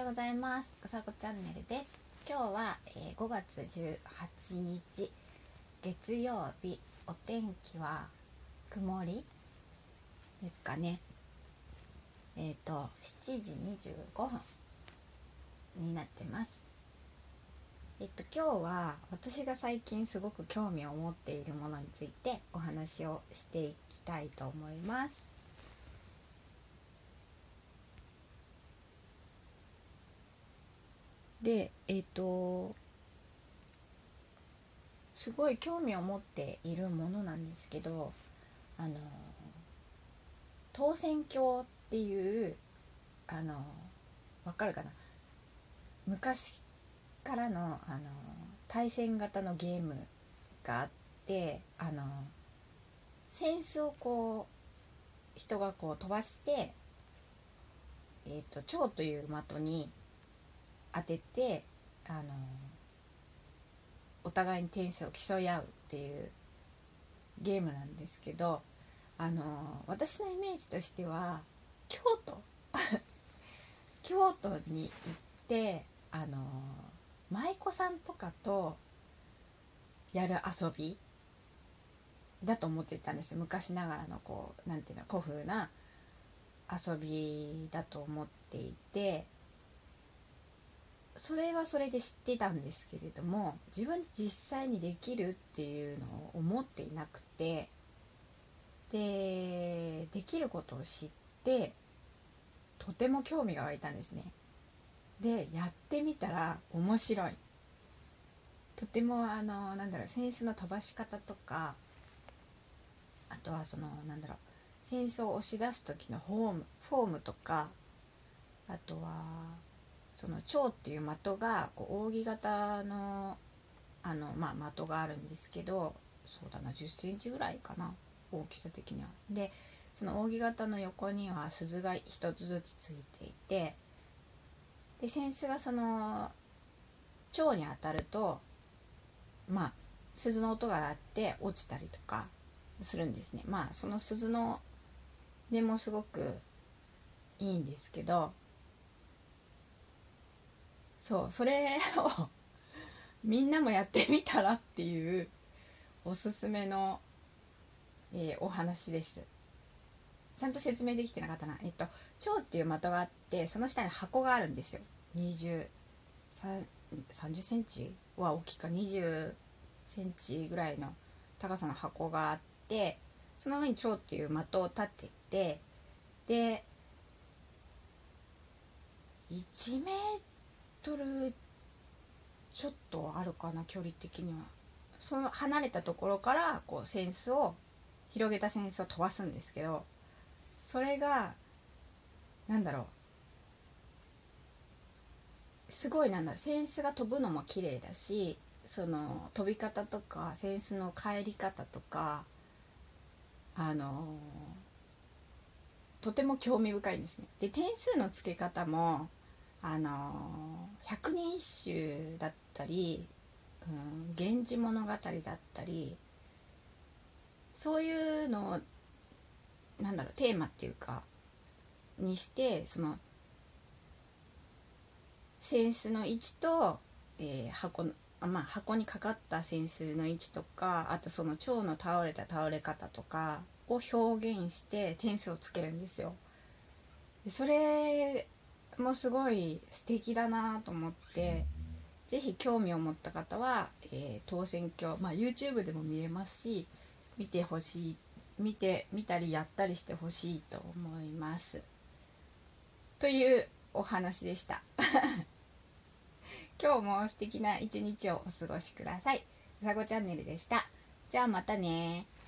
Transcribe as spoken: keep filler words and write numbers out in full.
ございます。うさこチャンネルです。今日は、えー、ごがつじゅうはちにち月曜日、お天気は曇りですかね。えっ、ー、としちじにじゅうごふんになってます。えっ、ー、と今日は私が最近すごく興味を持っているものについてお話をしていきたいと思います。で、えっ、ー、とすごい興味を持っているものなんですけど、あの当選鏡っていうあのわかるかな、昔からのあの対戦型のゲームがあって、あの扇子をこう人がこう飛ばして、えーと、蝶という的に当てて、あのお互いに点数を競い合うっていうゲームなんですけど、あの私のイメージとしては京都京都に行って、あの舞妓さんとかとやる遊びだと思っていたんですよ。昔ながらのこうなんていうの古風な遊びだと思っていて、それはそれで知っていたんですけれども、自分で実際にできるっていうのを思っていなくて、でできることを知ってとても興味が湧いたんですね。でやってみたら面白い。とてもあのなんだろう、扇子の飛ばし方とか、あとはそのなんだろう、扇子を押し出す時のフォームフォームとか、あとはその蝶っていう的がこう扇形のあのまあ的があるんですけど、そうだなじゅっセンチぐらいかな、大きさ的には。でその扇形の横には鈴が一つずつついていて、で扇子がその蝶に当たると、まあ鈴の音が鳴って落ちたりとかするんですね。まあその鈴の音もすごくいいんですけど、そうそれをみんなもやってみたらっていうおすすめの、えーお話です。ちゃんと説明できてなかったな。えっと蝶っていう的があって、その下に箱があるんですよ。にじゅうさんじゅっセンチは大きいか、にじゅっセンチぐらいの高さの箱があって、その上に蝶っていう的を立てて、でいちメートルちょっとあるかな、距離的には。その離れたところからこう扇子を広げた扇子を飛ばすんですけど、それがなんだろう、すごいなんだろう、扇子が飛ぶのも綺麗だし、その飛び方とか扇子の帰り方とか、あのーとても興味深いんですね。で点数の付け方もあのー、百人一首だったり、うん、源氏物語だったり、そういうのをなんだろうテーマっていうかにして、その扇子の位置と、えー、箱まあ、箱にかかった扇子の位置とか、あとその蝶の倒れた倒れ方とかを表現して点数をつけるんですよ。でそれもすごい素敵だなと思って、ぜひ興味を持った方は、えー、当選鏡、まあ、YouTube でも見れますし、見てほしい見て見たりやったりしてほしいと思いますというお話でした。今日も素敵な一日をお過ごしください。うさこチャンネルでした。じゃあまたね。